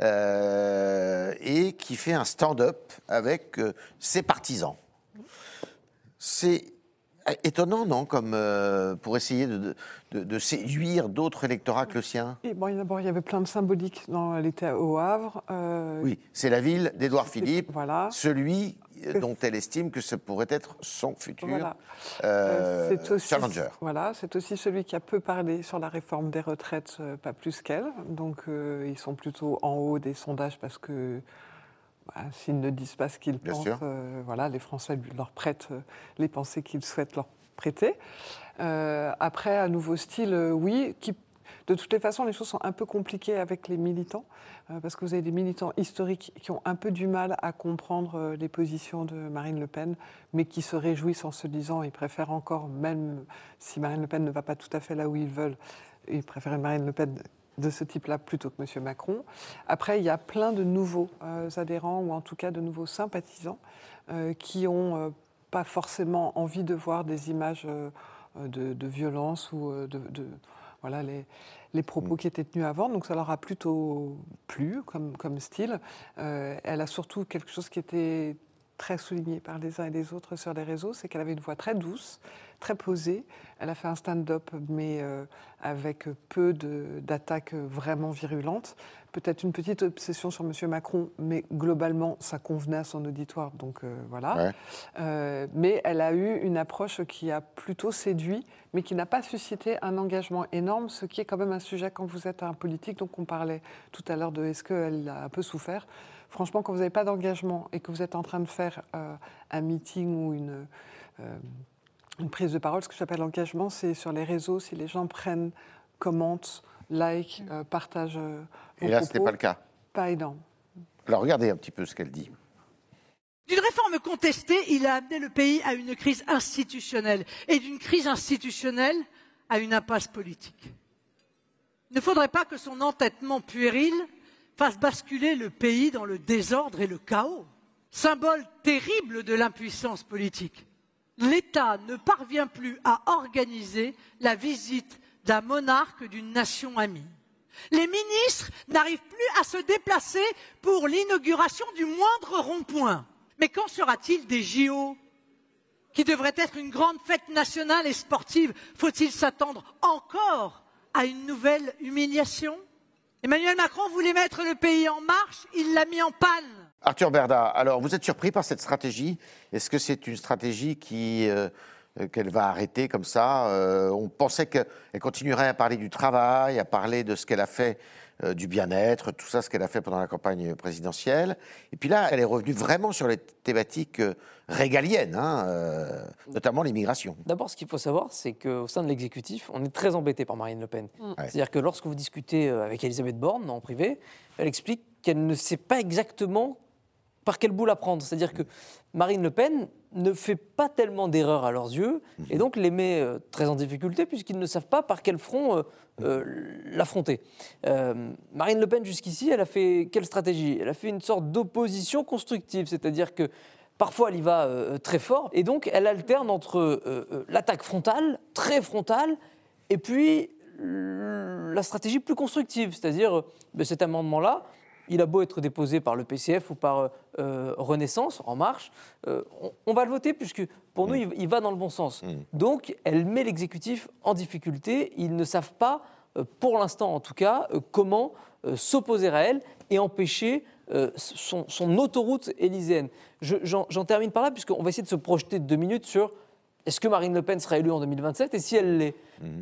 et qui fait un stand-up avec ses partisans. C'est étonnant, non, comme pour essayer de séduire d'autres électorats que le sien. Et d'abord, il y avait plein de symboliques. Elle était au Havre. Oui, c'est la ville d'Édouard Philippe, voilà. Celui dont elle estime que ce pourrait être son futur challenger. Voilà, c'est aussi celui qui a peu parlé sur la réforme des retraites, pas plus qu'elle. Donc, ils sont plutôt en haut des sondages parce que s'ils ne disent pas ce qu'ils pensent, les Français leur prêtent les pensées qu'ils souhaitent leur prêter. Après, un nouveau style, oui, qui... De toutes les façons, les choses sont un peu compliquées avec les militants, parce que vous avez des militants historiques qui ont un peu du mal à comprendre les positions de Marine Le Pen, mais qui se réjouissent en se disant ils préfèrent encore, même si Marine Le Pen ne va pas tout à fait là où ils veulent, ils préfèrent Marine Le Pen de ce type-là plutôt que M. Macron. Après, il y a plein de nouveaux adhérents, ou en tout cas de nouveaux sympathisants, qui n'ont pas forcément envie de voir des images de violence ou voilà, les propos qui étaient tenus avant, donc ça leur a plutôt plu comme style. Elle a surtout quelque chose qui était très souligné par les uns et les autres sur les réseaux, c'est qu'elle avait une voix très douce, très posée. Elle a fait un stand-up, mais avec peu d'attaques vraiment virulentes. Peut-être une petite obsession sur M. Macron, mais globalement, ça convenait à son auditoire, donc voilà. Ouais. Mais elle a eu une approche qui a plutôt séduit, mais qui n'a pas suscité un engagement énorme, ce qui est quand même un sujet quand vous êtes un politique. Donc on parlait tout à l'heure de est-ce qu'elle a un peu souffert. Franchement, quand vous n'avez pas d'engagement et que vous êtes en train de faire un meeting ou une prise de parole, ce que j'appelle l'engagement, c'est sur les réseaux, si les gens prennent, commentent, like, partagent. Et là, ce n'était pas le cas. Pas énorme. Alors, regardez un petit peu ce qu'elle dit. D'une réforme contestée, il a amené le pays à une crise institutionnelle. Et d'une crise institutionnelle à une impasse politique. Il ne faudrait pas que son entêtement puéril fasse basculer le pays dans le désordre et le chaos. Symbole terrible de l'impuissance politique. L'État ne parvient plus à organiser la visite d'un monarque d'une nation amie. Les ministres n'arrivent plus à se déplacer pour l'inauguration du moindre rond-point. Mais quand sera-t-il des JO? qui devrait être une grande fête nationale et sportive, faut-il s'attendre encore à une nouvelle humiliation? Emmanuel Macron voulait mettre le pays en marche, il l'a mis en panne. Arthur Berda, alors vous êtes surpris par cette stratégie? Est-ce que c'est une stratégie qu'elle va arrêter comme ça? On pensait qu'elle continuerait à parler du travail, à parler de ce qu'elle a fait, du bien-être, tout ça, ce qu'elle a fait pendant la campagne présidentielle. Et puis là, elle est revenue vraiment sur les thématiques régaliennes, notamment l'immigration. D'abord, ce qu'il faut savoir, c'est qu'au sein de l'exécutif, on est très embêté par Marine Le Pen. C'est-à-dire que lorsque vous discutez avec Elisabeth Borne en privé, elle explique qu'elle ne sait pas exactement par quel bout la prendre. C'est-à-dire que Marine Le Pen ne fait pas tellement d'erreurs à leurs yeux et donc les met très en difficulté puisqu'ils ne savent pas par quel front l'affronter. Marine Le Pen, jusqu'ici, elle a fait quelle stratégie? Elle a fait une sorte d'opposition constructive, c'est-à-dire que parfois elle y va très fort et donc elle alterne entre l'attaque frontale, très frontale, et puis la stratégie plus constructive, c'est-à-dire cet amendement-là, il a beau être déposé par le PCF ou par Renaissance, En Marche, on va le voter puisque pour nous, il va dans le bon sens. Donc, elle met l'exécutif en difficulté. Ils ne savent pas, pour l'instant en tout cas, comment s'opposer à elle et empêcher son autoroute élyséenne. J'en termine par là puisqu'on va essayer de se projeter 2 minutes sur est-ce que Marine Le Pen sera élue en 2027 et si elle l'est.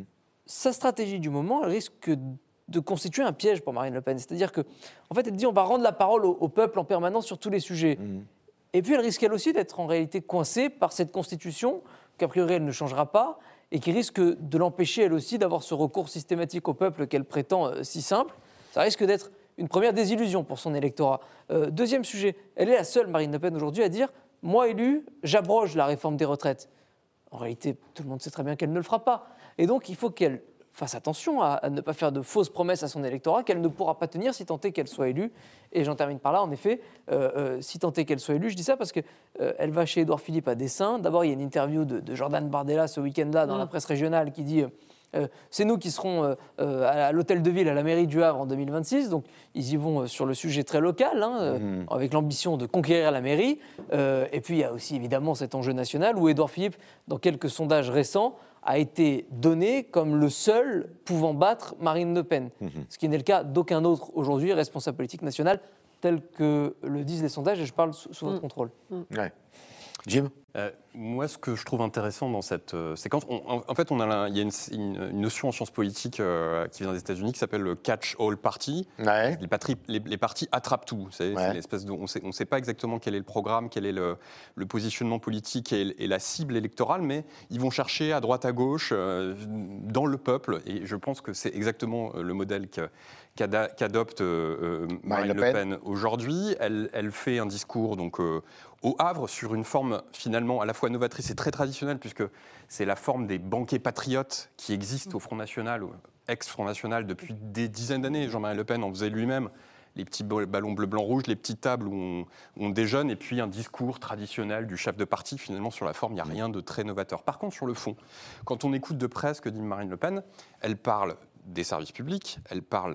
Sa stratégie du moment, elle risque de constituer un piège pour Marine Le Pen. C'est-à-dire qu'en fait, elle dit on va rendre la parole au peuple en permanence sur tous les sujets. Et puis, elle risque elle aussi d'être en réalité coincée par cette constitution qu'a priori, elle ne changera pas et qui risque de l'empêcher, elle aussi, d'avoir ce recours systématique au peuple qu'elle prétend si simple. Ça risque d'être une première désillusion pour son électorat. Deuxième sujet, elle est la seule, Marine Le Pen, aujourd'hui, à dire « Moi, élue, j'abroge la réforme des retraites ». En réalité, tout le monde sait très bien qu'elle ne le fera pas. Et donc, il faut qu'elle fasse attention à ne pas faire de fausses promesses à son électorat qu'elle ne pourra pas tenir si tant est qu'elle soit élue. Et j'en termine par là, en effet, si tant est qu'elle soit élue, je dis ça parce qu'elle va chez Édouard Philippe à Dessein. D'abord, il y a une interview de Jordan Bardella ce week-end-là dans la presse régionale qui dit c'est nous qui serons à l'hôtel de ville, à la mairie du Havre en 2026. Donc, ils y vont sur le sujet très local, avec l'ambition de conquérir la mairie. Et puis, il y a aussi évidemment cet enjeu national où Édouard Philippe, dans quelques sondages récents, a été donné comme le seul pouvant battre Marine Le Pen, ce qui n'est le cas d'aucun autre aujourd'hui responsable politique national, tel que le disent les sondages, et je parle sous votre contrôle. Ouais. Jim ? Moi, ce que je trouve intéressant dans cette séquence, en fait, il y a une notion en sciences politiques qui vient des États-Unis qui s'appelle le catch-all party. Ouais. Les partis attrapent tout. C'est l'espèce de, on ne sait pas exactement quel est le programme, quel est le positionnement politique et la cible électorale, mais ils vont chercher à droite, à gauche, dans le peuple. Et je pense que c'est exactement le modèle qu'adopte Marine Le Pen aujourd'hui. Elle fait un discours donc au Havre sur une forme finalement à la fois novatrice et très traditionnelle, puisque c'est la forme des banquets patriotes qui existent au Front National, ex-Front National, depuis des dizaines d'années. Jean-Marie Le Pen en faisait lui-même, les petits ballons bleu, blanc, rouge, les petites tables où on déjeune, et puis un discours traditionnel du chef de parti. Finalement, sur la forme, il n'y a rien de très novateur. Par contre, sur le fond, quand on écoute de près ce que dit Marine Le Pen, elle parle des services publics, elle parle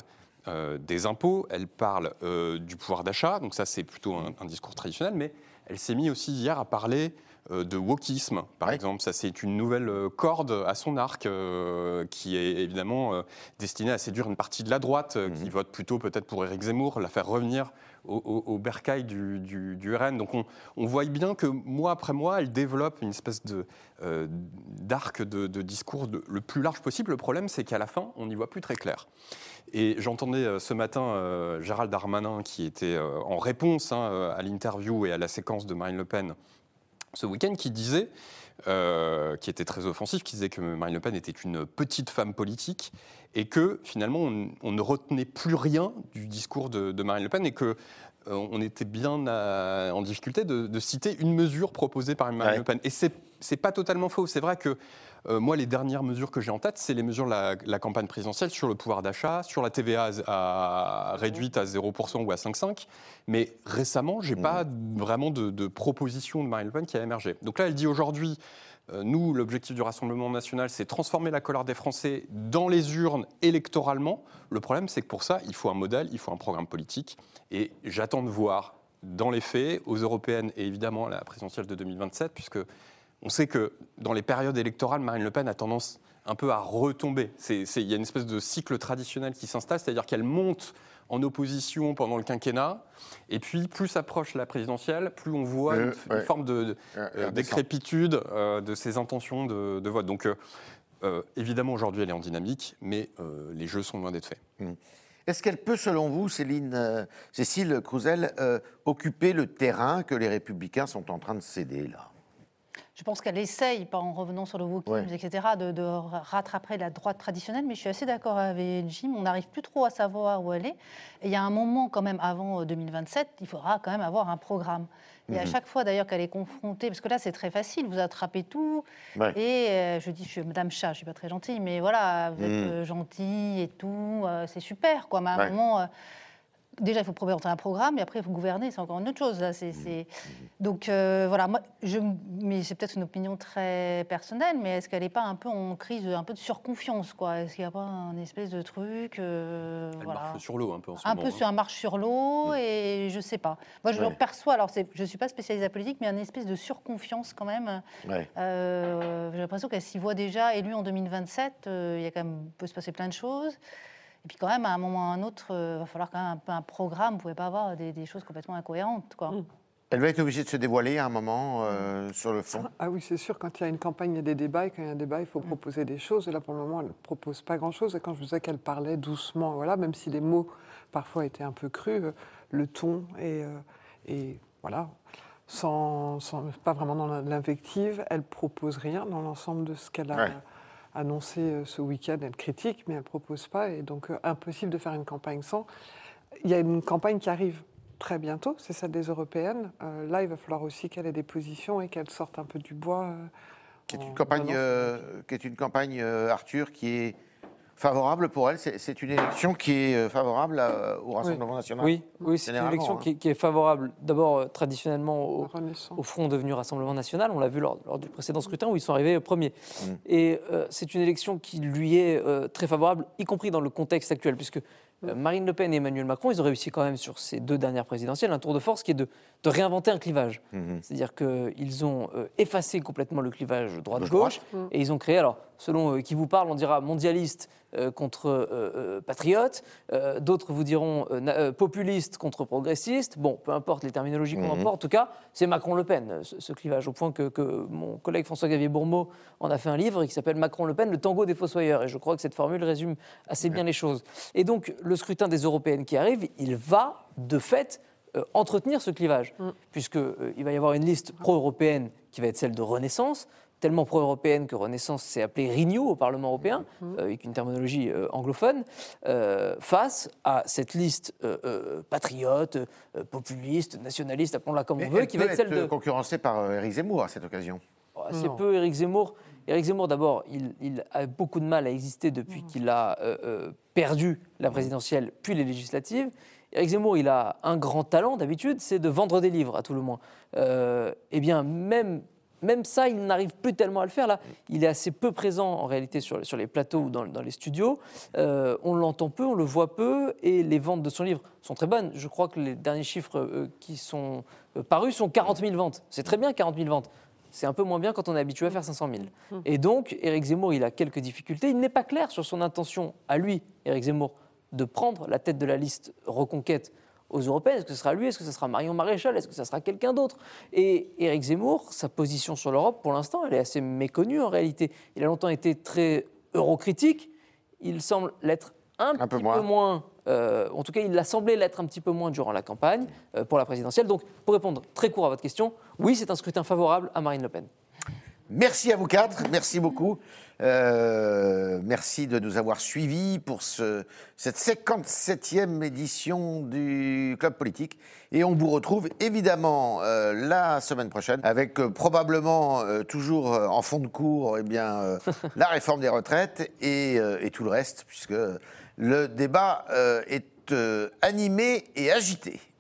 des impôts, elle parle du pouvoir d'achat, donc ça c'est plutôt un discours traditionnel, mais elle s'est mise aussi hier à parler de wokisme, par exemple. Ça, c'est une nouvelle corde à son arc qui est évidemment destinée à séduire une partie de la droite qui vote plutôt peut-être pour Éric Zemmour, la faire revenir au bercail du RN. Donc on voit bien que mois après mois, elle développe une espèce d'arc de discours le plus large possible. Le problème, c'est qu'à la fin, on n'y voit plus très clair. Et j'entendais ce matin Gérald Darmanin qui était en réponse à l'interview et à la séquence de Marine Le Pen ce week-end, qui disait, qui était très offensif, qui disait que Marine Le Pen était une petite femme politique et que finalement on ne retenait plus rien du discours de Marine Le Pen et que on était bien en difficulté de citer une mesure proposée par Marine Le Pen. Et c'est pas totalement faux. C'est vrai que moi, les dernières mesures que j'ai en tête, c'est les mesures de la campagne présidentielle sur le pouvoir d'achat, sur la TVA réduite à 0% ou à 5,5%. Mais récemment, je n'ai pas vraiment de proposition de Marine Le Pen qui a émergé. Donc là, elle dit aujourd'hui, nous, l'objectif du Rassemblement national, c'est transformer la colère des Français dans les urnes électoralement. Le problème, c'est que pour ça, il faut un modèle, il faut un programme politique. Et j'attends de voir, dans les faits, aux européennes et évidemment à la présidentielle de 2027, puisque on sait que dans les périodes électorales, Marine Le Pen a tendance un peu à retomber. Il y a une espèce de cycle traditionnel qui s'installe, c'est-à-dire qu'elle monte en opposition pendant le quinquennat, et puis plus s'approche la présidentielle, plus on voit une forme de décrépitude de ses intentions de vote. Donc évidemment, aujourd'hui, elle est en dynamique, mais les jeux sont loin d'être faits. Est-ce qu'elle peut, selon vous, Cécile Crousel, occuper le terrain que les Républicains sont en train de céder, là ? Je pense qu'elle essaye, en revenant sur le wokisme, etc., de rattraper la droite traditionnelle, mais je suis assez d'accord avec Jim, on n'arrive plus trop à savoir où elle est. Et il y a un moment, quand même, avant 2027, il faudra quand même avoir un programme. Et à chaque fois, d'ailleurs, qu'elle est confrontée, parce que là, c'est très facile, vous attrapez tout, et je suis Madame Chat, je ne suis pas très gentille, mais voilà, vous êtes gentille et tout, c'est super, quoi. Mais à un moment... Déjà, il faut présenter un programme, et après, il faut gouverner, c'est encore une autre chose. Là. Donc, voilà, mais c'est peut-être une opinion très personnelle, mais est-ce qu'elle n'est pas un peu en crise, un peu de surconfiance, quoi ? Est-ce qu'il n'y a pas un espèce de truc Elle marche sur l'eau, un peu, en ce moment. Un peu sur un marche sur l'eau, et je ne sais pas. Moi, je le perçois, alors je ne suis pas spécialisée à la politique, mais une espèce de surconfiance, quand même. J'ai l'impression qu'elle s'y voit déjà élue en 2027. Il y a quand même, peut se passer plein de choses. Et puis quand même, à un moment ou à un autre, il va falloir quand même un peu un programme. Vous ne pouvez pas avoir des choses complètement incohérentes, quoi. Elle va être obligée de se dévoiler à un moment sur le fond. Ah oui, c'est sûr, quand il y a une campagne, il y a des débats, et quand il y a un débat, il faut proposer des choses. Et là, pour le moment, elle ne propose pas grand-chose. Et quand je disais qu'elle parlait doucement, voilà, même si les mots, parfois, étaient un peu crus, le ton et voilà, sans pas vraiment dans l'invective, elle ne propose rien dans l'ensemble de ce qu'elle a... annoncé ce week-end, elle critique, mais elle ne propose pas, et donc impossible de faire une campagne sans. Il y a une campagne qui arrive très bientôt, c'est celle des européennes. Là, il va falloir aussi qu'elle ait des positions et qu'elle sorte un peu du bois. Qui est une campagne, Arthur, qui est favorable pour elle. C'est une élection qui est favorable au Rassemblement national. Oui, c'est une élection qui est favorable, d'abord traditionnellement au Front devenu Rassemblement national. On l'a vu lors du précédent scrutin où ils sont arrivés premiers. Et c'est une élection qui lui est très favorable, y compris dans le contexte actuel, puisque Marine Le Pen et Emmanuel Macron, ils ont réussi quand même sur ces 2 dernières présidentielles un tour de force qui est de réinventer un clivage. C'est-à-dire qu'ils ont effacé complètement le clivage droite-gauche et ils ont créé, alors selon qui vous parle, on dira mondialiste contre patriote, d'autres vous diront populiste contre progressiste. Bon, peu importe les terminologies qu'on emploie, en tout cas, c'est Macron-Le Pen, ce clivage, au point que mon collègue François-Xavier Bourmeau en a fait un livre qui s'appelle Macron-Le Pen, le tango des fossoyeurs. Et je crois que cette formule résume assez bien les choses. Et donc, le scrutin des européennes qui arrive, il va, de fait, entretenir ce clivage, puisqu'il va y avoir une liste pro-européenne qui va être celle de Renaissance, tellement pro-européenne que Renaissance s'est appelée Renew au Parlement européen, avec une terminologie anglophone, face à cette liste patriote, populiste, nationaliste, appelons-la comme on veut, qui va être celle de... concurrencée par Éric Zemmour à cette occasion. C'est peu Éric Zemmour. Éric Zemmour, d'abord, il a beaucoup de mal à exister depuis qu'il a perdu la présidentielle puis les législatives. Éric Zemmour, il a un grand talent d'habitude, c'est de vendre des livres, à tout le moins. Eh bien, même ça, il n'arrive plus tellement à le faire. Là, il est assez peu présent, en réalité, sur les plateaux ou dans les studios. On l'entend peu, on le voit peu, et les ventes de son livre sont très bonnes. Je crois que les derniers chiffres qui sont parus sont 40 000 ventes. C'est très bien, 40 000 ventes. C'est un peu moins bien quand on est habitué à faire 500 000. Et donc, Éric Zemmour, il a quelques difficultés. Il n'est pas clair sur son intention, à lui, Éric Zemmour, de prendre la tête de la liste Reconquête aux européennes. Est-ce que ce sera lui ? Est-ce que ce sera Marion Maréchal ? Est-ce que ce sera quelqu'un d'autre ? Et Éric Zemmour, sa position sur l'Europe, pour l'instant, elle est assez méconnue en réalité. Il a longtemps été très eurocritique. Il semble l'être un petit peu moins. En tout cas, il a semblé l'être un petit peu moins durant la campagne pour la présidentielle. Donc, pour répondre très court à votre question, oui, c'est un scrutin favorable à Marine Le Pen. Merci à vous 4, merci beaucoup. Merci de nous avoir suivis pour cette 57e édition du Club Politique. Et on vous retrouve évidemment la semaine prochaine avec probablement toujours en fond de cours la réforme des retraites et tout le reste, puisque le débat est animé et agité.